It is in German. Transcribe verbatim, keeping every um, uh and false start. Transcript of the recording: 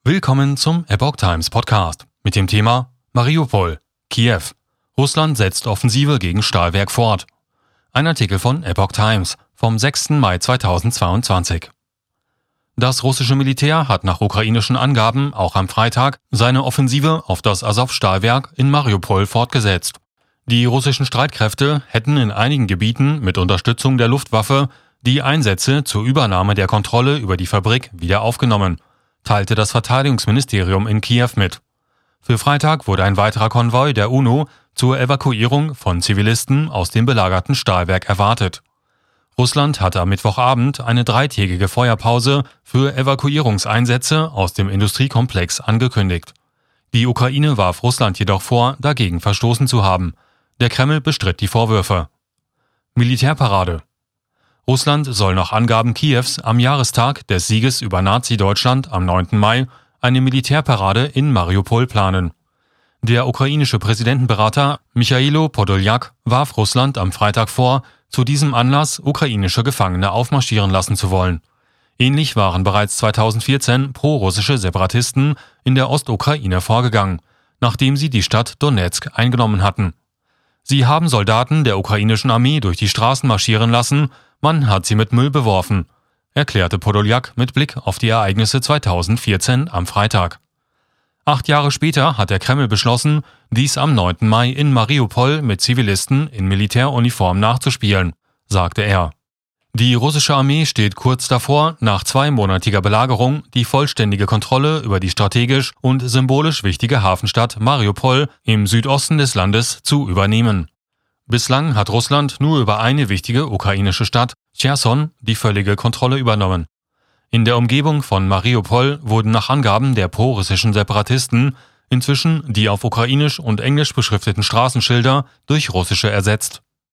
Willkommen zum Epoch Times Podcast mit dem Thema Mariupol, Kiew. Russland setzt Offensive gegen Stahlwerk fort. Ein Artikel von Epoch Times vom sechsten Mai zweitausendzweiundzwanzig. Das russische Militär hat nach ukrainischen Angaben auch am Freitag seine Offensive auf das Asow-Stahlwerk in Mariupol fortgesetzt. Die russischen Streitkräfte hätten in einigen Gebieten mit Unterstützung der Luftwaffe die Einsätze zur Übernahme der Kontrolle über die Fabrik wieder aufgenommen, teilte das Verteidigungsministerium in Kiew mit. Für Freitag wurde ein weiterer Konvoi der UNO zur Evakuierung von Zivilisten aus dem belagerten Stahlwerk erwartet. Russland hatte am Mittwochabend eine dreitägige Feuerpause für Evakuierungseinsätze aus dem Industriekomplex angekündigt. Die Ukraine warf Russland jedoch vor, dagegen verstoßen zu haben. Der Kreml bestritt die Vorwürfe. Militärparade. Russland soll nach Angaben Kiews am Jahrestag des Sieges über Nazi-Deutschland am neunten Mai eine Militärparade in Mariupol planen. Der ukrainische Präsidentenberater Michailo Podoljak warf Russland am Freitag vor, zu diesem Anlass ukrainische Gefangene aufmarschieren lassen zu wollen. Ähnlich waren bereits zweitausendvierzehn pro-russische Separatisten in der Ostukraine vorgegangen, nachdem sie die Stadt Donezk eingenommen hatten. Sie haben Soldaten der ukrainischen Armee durch die Straßen marschieren lassen, man hat sie mit Müll beworfen, erklärte Podoljak mit Blick auf die Ereignisse zweitausendvierzehn am Freitag. Acht Jahre später hat der Kreml beschlossen, dies am neunten Mai in Mariupol mit Zivilisten in Militäruniform nachzuspielen, sagte er. Die russische Armee steht kurz davor, nach zweimonatiger Belagerung die vollständige Kontrolle über die strategisch und symbolisch wichtige Hafenstadt Mariupol im Südosten des Landes zu übernehmen. Bislang hat Russland nur über eine wichtige ukrainische Stadt, Cherson, die völlige Kontrolle übernommen. In der Umgebung von Mariupol wurden nach Angaben der pro-russischen Separatisten inzwischen die auf ukrainisch und englisch beschrifteten Straßenschilder durch russische ersetzt.